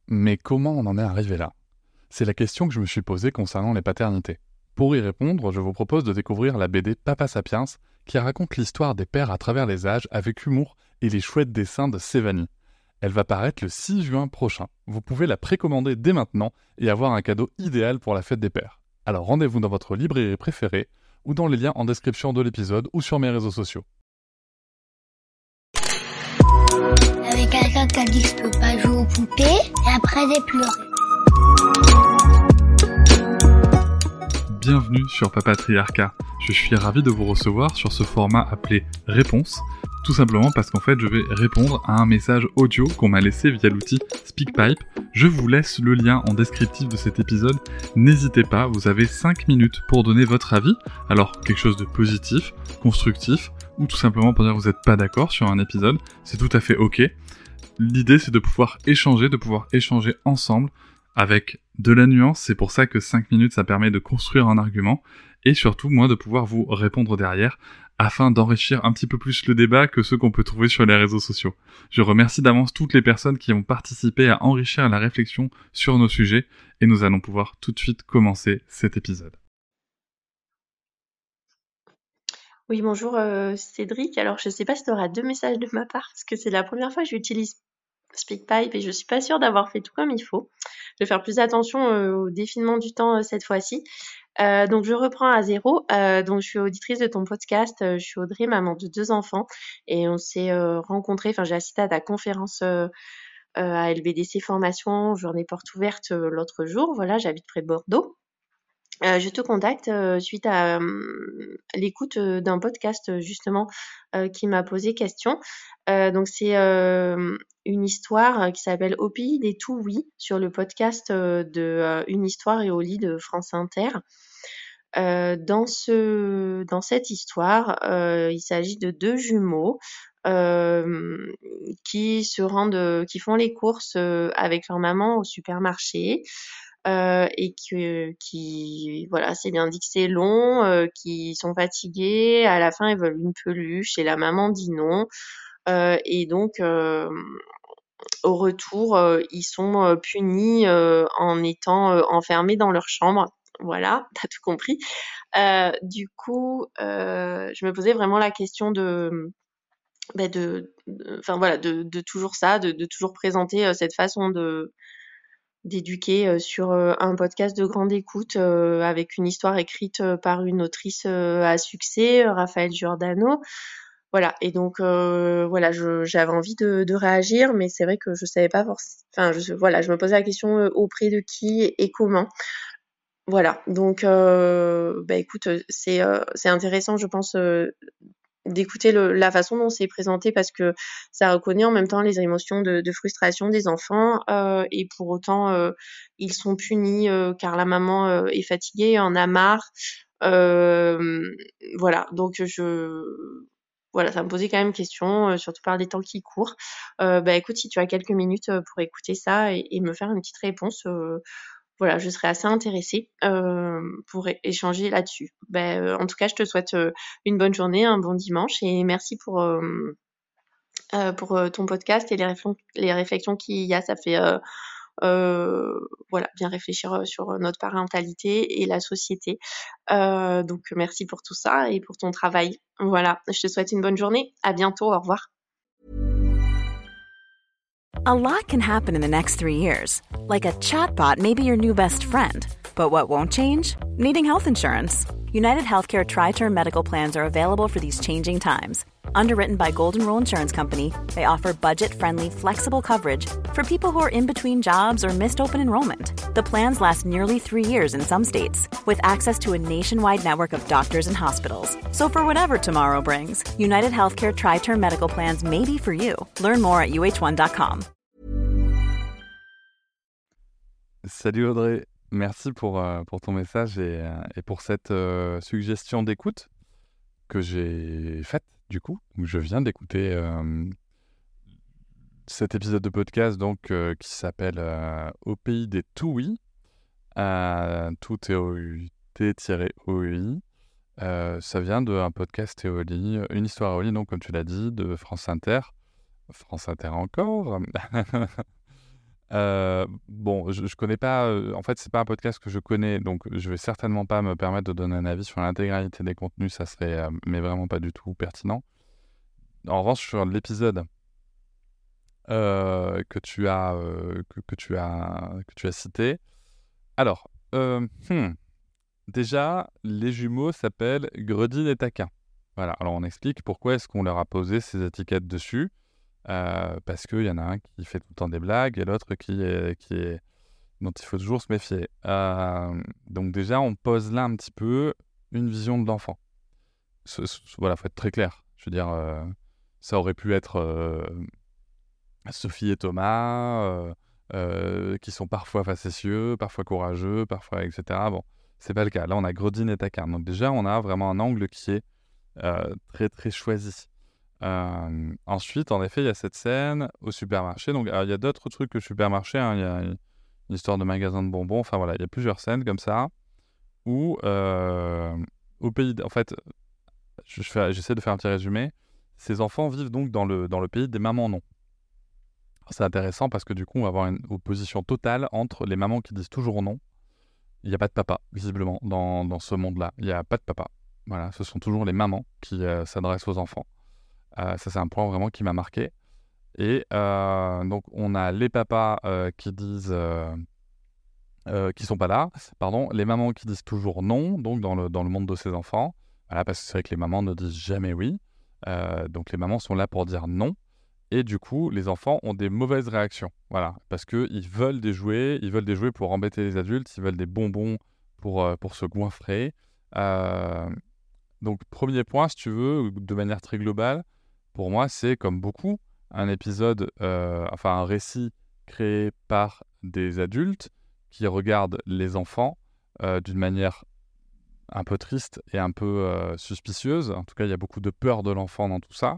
Mais comment on en est arrivé là? C'est la question que je me suis posée concernant les paternités. Pour y répondre, je vous propose de découvrir la BD Papa Sapiens, qui raconte l'histoire des pères à travers les âges avec humour et les chouettes dessins de Sévanie. Elle va paraître le 6 juin prochain. Vous pouvez la précommander dès maintenant et avoir un cadeau idéal pour la fête des pères. Alors rendez-vous dans votre librairie préférée ou dans les liens en description de l'épisode ou sur mes réseaux sociaux. Avec quelqu'un qui a dit que je peux pas jouer aux poupées et après j'ai pleuré. Bienvenue sur Papatriarcat. Je suis ravi de vous recevoir sur ce format appelé Réponse, tout simplement parce qu'en fait je vais répondre à un message audio qu'on m'a laissé via l'outil SpeakPipe. Je vous laisse le lien en descriptif de cet épisode. N'hésitez pas, vous avez 5 minutes pour donner votre avis. Alors quelque chose de positif, constructif, ou tout simplement pour dire que vous n'êtes pas d'accord sur un épisode, c'est tout à fait ok. L'idée c'est de pouvoir échanger ensemble avec de la nuance. C'est pour ça que 5 minutes ça permet de construire un argument et surtout moi de pouvoir vous répondre derrière afin d'enrichir un petit peu plus le débat que ceux qu'on peut trouver sur les réseaux sociaux. Je remercie d'avance toutes les personnes qui ont participé à enrichir la réflexion sur nos sujets et nous allons pouvoir tout de suite commencer cet épisode. Oui, bonjour Cédric. Alors, je sais pas si tu auras 2 messages de ma part, parce que c'est la première fois que j'utilise SpeakPipe et je suis pas sûre d'avoir fait tout comme il faut. Je vais faire plus attention au défilement du temps cette fois-ci. Donc, je reprends à zéro. Donc, je suis auditrice de ton podcast. Je suis Audrey, maman de 2 enfants. Et on s'est rencontrés, enfin, j'ai assisté à ta conférence à LBDC Formation, journée porte ouverte l'autre jour. Voilà, j'habite près de Bordeaux. Je te contacte suite à l'écoute d'un podcast justement qui m'a posé question. Donc c'est une histoire qui s'appelle Au pays des tout oui sur le podcast de Une histoire et au lit de France Inter. Dans cette histoire, il s'agit de 2 jumeaux qui font les courses avec leur maman au supermarché. Et voilà, c'est bien dit que c'est long, qui sont fatigués. À la fin, ils veulent une peluche et la maman dit non. Et donc, au retour, ils sont punis en étant enfermés dans leur chambre. Voilà, t'as tout compris. Du coup, je me posais vraiment la question de toujours ça, de toujours présenter cette façon d'éduquer sur un podcast de grande écoute avec une histoire écrite par une autrice à succès, Raphaël Giordano. Voilà, et donc voilà, j'avais envie de réagir, mais c'est vrai que je savais pas forcément. Enfin, je me posais la question auprès de qui et comment. Voilà, donc écoute, c'est intéressant, je pense, d'écouter la façon dont c'est présenté parce que ça reconnaît en même temps les émotions de frustration des enfants et pour autant ils sont punis car la maman est fatiguée, en a marre. Voilà, donc voilà, ça me posait quand même question, surtout par les temps qui courent. Écoute, si tu as quelques minutes pour écouter ça et me faire une petite réponse, voilà, je serais assez intéressée pour échanger là-dessus. En tout cas, je te souhaite une bonne journée, un bon dimanche et merci pour ton podcast et les réflexions qu'il y a. Ça fait voilà, bien réfléchir sur notre parentalité et la société. Donc merci pour tout ça et pour ton travail. Voilà, je te souhaite une bonne journée. À bientôt, au revoir. A lot can happen in the next 3 years. Like a chatbot may be your new best friend. But what won't change? Needing health insurance. United Healthcare Tri-Term Medical Plans are available for these changing times. Underwritten by Golden Rule Insurance Company, they offer budget-friendly, flexible coverage for people who are in between jobs or missed open enrollment. The plans last nearly 3 years in some states, with access to a nationwide network of doctors and hospitals. So for whatever tomorrow brings, United Healthcare Tri-Term Medical Plans may be for you. Learn more at uh1.com. Salut Audrey, merci pour ton message et pour cette suggestion d'écoute que j'ai faite du coup. Je viens d'écouter cet épisode de podcast donc qui s'appelle Au pays des tout oui, tout T-O-U-T-O-I. Ça vient d'un podcast Théolie, une histoire au lit, donc comme tu l'as dit, de France Inter encore. Bon, je connais pas, en fait, c'est pas un podcast que je connais, donc je vais certainement pas me permettre de donner un avis sur l'intégralité des contenus, ça serait, mais vraiment pas du tout pertinent. En revanche, sur l'épisode que tu as cité, alors, déjà, les jumeaux s'appellent Gredin et Taquin. Voilà, alors on explique pourquoi est-ce qu'on leur a posé ces étiquettes dessus. Parce qu'il y en a un qui fait tout le temps des blagues et l'autre dont il faut toujours se méfier. Donc déjà, on pose là un petit peu une vision de l'enfant. Voilà, faut être très clair. Je veux dire, ça aurait pu être Sophie et Thomas, qui sont parfois facétieux, parfois courageux, parfois etc. Bon, c'est pas le cas. Là, on a Gredin et Taquin. Donc déjà, on a vraiment un angle qui est très très choisi. Ensuite, en effet, il y a cette scène au supermarché. Donc, il y a d'autres trucs que supermarché. Il y a une histoire de magasin de bonbons. Enfin, voilà, il y a plusieurs scènes comme ça où, au pays... En fait, j'essaie de faire un petit résumé. Ces enfants vivent donc dans le pays des mamans non. C'est intéressant parce que du coup, on va avoir une opposition totale entre les mamans qui disent toujours non. Il n'y a pas de papa, visiblement, dans ce monde-là. Il n'y a pas de papa. Voilà, ce sont toujours les mamans qui s'adressent aux enfants. Ça, c'est un point vraiment qui m'a marqué. Et donc, on a les papas qui disent... qui sont pas là, pardon, les mamans qui disent toujours non, donc dans le monde de ces enfants. Voilà, parce que c'est vrai que les mamans ne disent jamais oui. Donc, les mamans sont là pour dire non. Et du coup, les enfants ont des mauvaises réactions. Voilà, parce qu'ils veulent des jouets, pour embêter les adultes, ils veulent des bonbons pour se goinfrer. Donc, premier point, si tu veux, de manière très globale, pour moi, c'est comme beaucoup un épisode, un récit créé par des adultes qui regardent les enfants d'une manière un peu triste et un peu suspicieuse. En tout cas, il y a beaucoup de peur de l'enfant dans tout ça.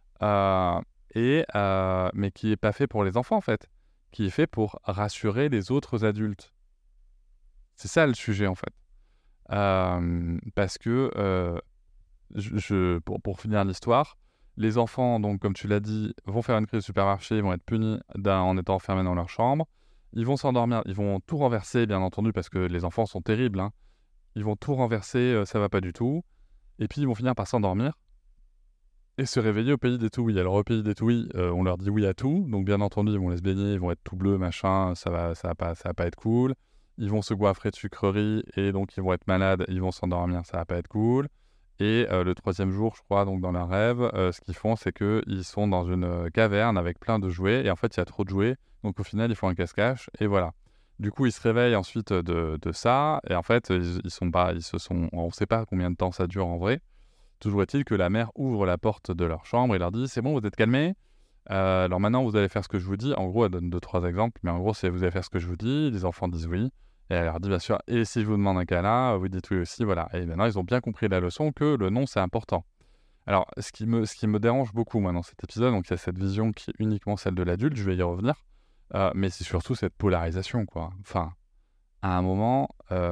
Mais qui n'est pas fait pour les enfants, en fait. Qui est fait pour rassurer les autres adultes. C'est ça le sujet, en fait. Parce que, pour finir l'histoire, les enfants, donc comme tu l'as dit, vont faire une crise au supermarché, ils vont être punis en étant enfermés dans leur chambre. Ils vont s'endormir, ils vont tout renverser, bien entendu, parce que les enfants sont terribles. Hein. Ils vont tout renverser, ça va pas du tout. Et puis, ils vont finir par s'endormir et se réveiller au pays des tout oui. Alors, au pays des tout oui, on leur dit oui à tout. Donc, bien entendu, ils vont se baigner, ils vont être tout bleus, machin, ça va pas être cool. Ils vont se goinfrer de sucreries et donc ils vont être malades, ils vont s'endormir, ça va pas être cool. Et le troisième jour, je crois, donc dans leur rêve, ce qu'ils font, c'est qu'ils sont dans une caverne avec plein de jouets. Et en fait, il y a trop de jouets. Donc au final, ils font un cache-cache. Et voilà. Du coup, ils se réveillent ensuite de ça. Et en fait, on ne sait pas combien de temps ça dure en vrai. Toujours est-il que la mère ouvre la porte de leur chambre et leur dit « C'est bon, vous êtes calmés alors maintenant, vous allez faire ce que je vous dis. » En gros, elle donne 2-3 exemples. Mais en gros, c'est « Vous allez faire ce que je vous dis. » Les enfants disent oui. Et elle leur dit bien sûr, et si je vous demande un câlin, vous dites oui aussi, voilà. Et maintenant, ils ont bien compris la leçon que le non, c'est important. Alors, ce qui me dérange beaucoup, moi, dans cet épisode, donc il y a cette vision qui est uniquement celle de l'adulte, je vais y revenir, mais c'est surtout cette polarisation, quoi. Enfin, à un moment,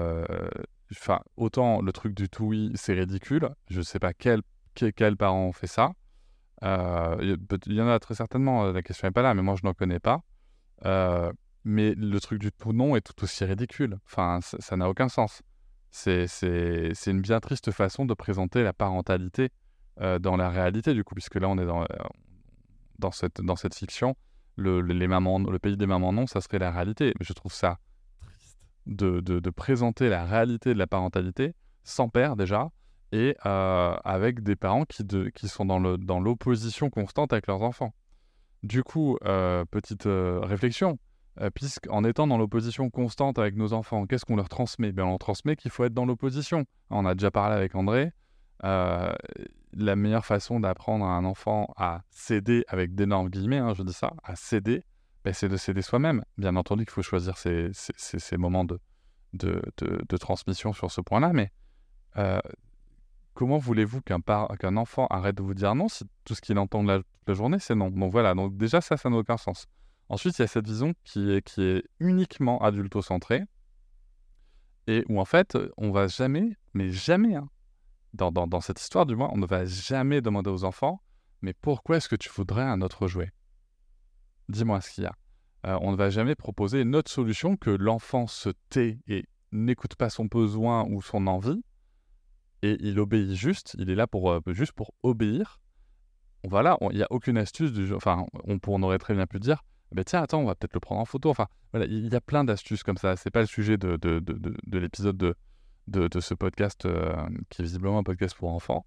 autant le truc du tout oui, c'est ridicule, je sais pas quel parent fait ça. Il y en a très certainement, la question n'est pas là, mais moi, je n'en connais pas. Mais le truc du tout non est tout aussi ridicule. Enfin, ça n'a aucun sens. C'est une bien triste façon de présenter la parentalité dans la réalité, du coup, puisque là, on est dans cette fiction. Le pays des mamans non, ça serait la réalité. Mais je trouve ça triste de présenter la réalité de la parentalité sans père, déjà, et avec des parents qui sont dans l'opposition constante avec leurs enfants. Du coup, petite réflexion. Puisqu'en étant dans l'opposition constante avec nos enfants, qu'est-ce qu'on leur transmet ? On leur transmet qu'il faut être dans l'opposition. On a déjà parlé avec André. La meilleure façon d'apprendre à un enfant à céder, avec d'énormes guillemets, je dis ça, à céder, c'est de céder soi-même. Bien entendu qu'il faut choisir ces moments de transmission sur ce point-là, mais comment voulez-vous qu'un enfant arrête de vous dire non si tout ce qu'il entend toute la journée, c'est non ? Donc voilà, donc déjà ça n'a aucun sens. Ensuite, il y a cette vision qui est uniquement adulto-centrée et où en fait, on va jamais, mais jamais, dans cette histoire du moins, on ne va jamais demander aux enfants « Mais pourquoi est-ce que tu voudrais un autre jouet ? Dis-moi ce qu'il y a. » on ne va jamais proposer une autre solution que l'enfant se tait et n'écoute pas son besoin ou son envie, et il obéit juste, il est là juste pour obéir. Voilà, il n'y a aucune astuce du genre, enfin, on aurait très bien pu dire, tiens, attends, on va peut-être le prendre en photo. Enfin, voilà, il y a plein d'astuces comme ça. C'est pas le sujet de l'épisode de ce podcast qui est visiblement un podcast pour enfants.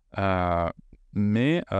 Mais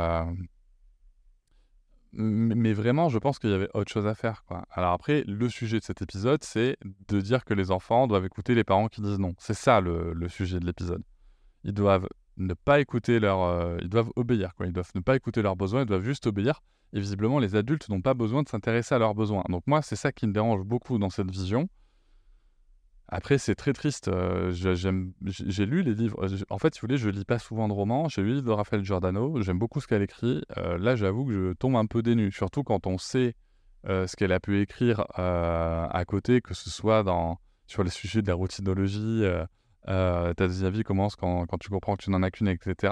vraiment, je pense qu'il y avait autre chose à faire, quoi. Alors après, le sujet de cet épisode, c'est de dire que les enfants doivent écouter les parents qui disent non. C'est ça le sujet de l'épisode. Ils doivent ne pas écouter ils doivent obéir, quoi. Ils doivent ne pas écouter leurs besoins, ils doivent juste obéir. Et visiblement, les adultes n'ont pas besoin de s'intéresser à leurs besoins. Donc moi, c'est ça qui me dérange beaucoup dans cette vision. Après, c'est très triste. J'ai lu les livres. En fait, si vous voulez, je lis pas souvent de romans. J'ai lu les livres de Raphaël Giordano. J'aime beaucoup ce qu'elle écrit. Là, j'avoue que je tombe un peu dénu. Surtout quand on sait ce qu'elle a pu écrire à côté, que ce soit sur les sujets de la routinologie, ta deuxième vie commence quand tu comprends que tu n'en as qu'une, etc.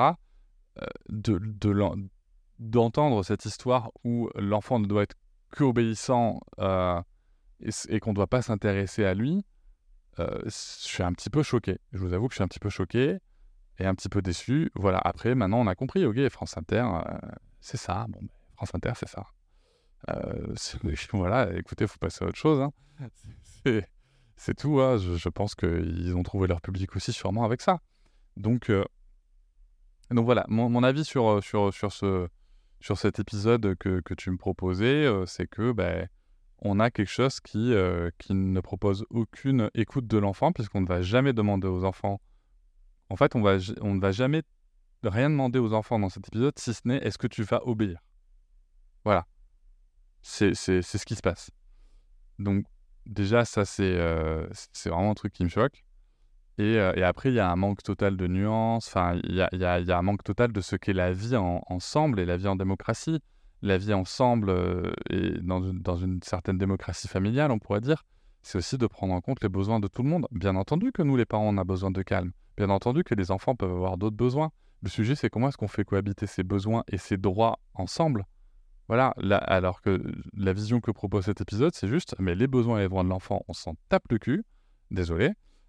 D'entendre cette histoire où l'enfant ne doit être qu'obéissant et qu'on ne doit pas s'intéresser à lui, je suis un petit peu choqué. Je vous avoue que je suis un petit peu choqué et un petit peu déçu. Voilà, après, maintenant, on a compris. Ok, France Inter, c'est ça. Bon, France Inter, c'est ça. Voilà, écoutez, il faut passer à autre chose. Hein. C'est tout. Hein. Je pense qu'ils ont trouvé leur public aussi, sûrement, avec ça. Donc voilà, mon avis sur cet épisode que tu me proposais, c'est que on a quelque chose qui ne propose aucune écoute de l'enfant, puisqu'on ne va jamais demander aux enfants. En fait, on ne va jamais rien demander aux enfants dans cet épisode, si ce n'est est-ce que tu vas obéir. Voilà. C'est ce qui se passe. Donc, déjà, ça, c'est vraiment un truc qui me choque. Et après, il y a un manque total de nuances. Enfin, il y a un manque total de ce qu'est la vie ensemble et la vie en démocratie. La vie ensemble et dans une certaine démocratie familiale, on pourrait dire, c'est aussi de prendre en compte les besoins de tout le monde. Bien entendu que nous, les parents, on a besoin de calme. Bien entendu que les enfants peuvent avoir d'autres besoins. Le sujet, c'est comment est-ce qu'on fait cohabiter ces besoins et ces droits ensemble. Voilà, là, alors que la vision que propose cet épisode, c'est juste, mais les besoins et les droits de l'enfant, on s'en tape le cul. Désolé.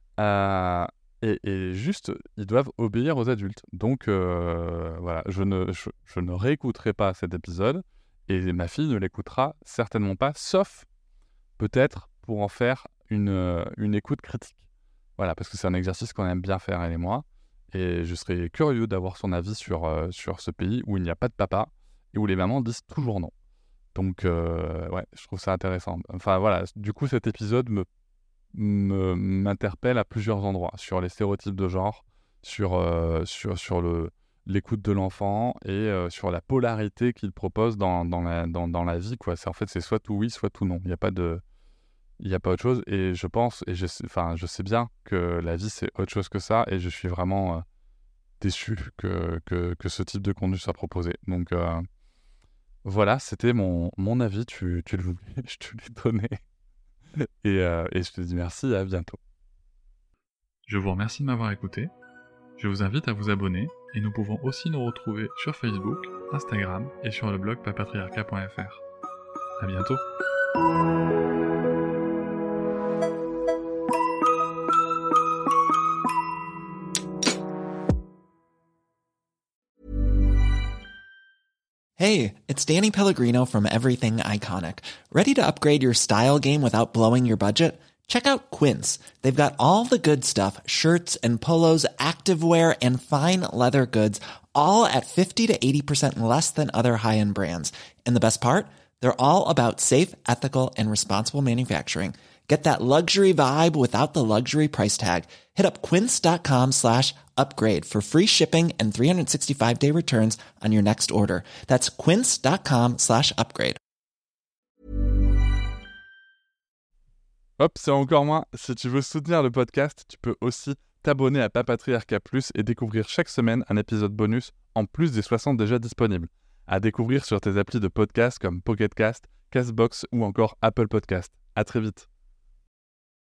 Et juste, ils doivent obéir aux adultes. Donc, voilà, je ne réécouterai pas cet épisode et ma fille ne l'écoutera certainement pas, sauf peut-être pour en faire une écoute critique. Voilà, parce que c'est un exercice qu'on aime bien faire, elle et moi. Et je serais curieux d'avoir son avis sur ce pays où il n'y a pas de papa et où les mamans disent toujours non. Donc, ouais, je trouve ça intéressant. Enfin, voilà, du coup, cet épisode m'interpelle à plusieurs endroits, sur les stéréotypes de genre, sur l'écoute de l'enfant et sur la polarité qu'il propose dans la vie, quoi. C'est soit tout oui, soit tout non. Il n'y a pas autre chose. Et je pense, et je sais bien que la vie, c'est autre chose que ça, et je suis vraiment déçu que ce type de contenu soit proposé. Donc, voilà, c'était mon avis. Tu le voulais, je te l'ai donné. Et je te dis merci, à bientôt. Je vous remercie de m'avoir écouté. Je vous invite à vous abonner et nous pouvons aussi nous retrouver sur Facebook, Instagram et sur le blog papatriarca.fr. À bientôt. Hey, it's Danny Pellegrino from Everything Iconic. Ready to upgrade your style game without blowing your budget? Check out Quince. They've got all the good stuff, shirts and polos, activewear, and fine leather goods, all at 50 to 80% less than other high-end brands. And the best part? They're all about safe, ethical, and responsible manufacturing. Get that luxury vibe without the luxury price tag. Hit up quince.com/upgrade for free shipping and 365-day returns on your next order. That's quince.com/upgrade. Hop, c'est encore moins. Si tu veux soutenir le podcast, tu peux aussi t'abonner à Papatriarca Plus et découvrir chaque semaine un épisode bonus en plus des 60 déjà disponibles. À découvrir sur tes applis de podcast comme Pocket Cast, Castbox ou encore Apple Podcast. À très vite.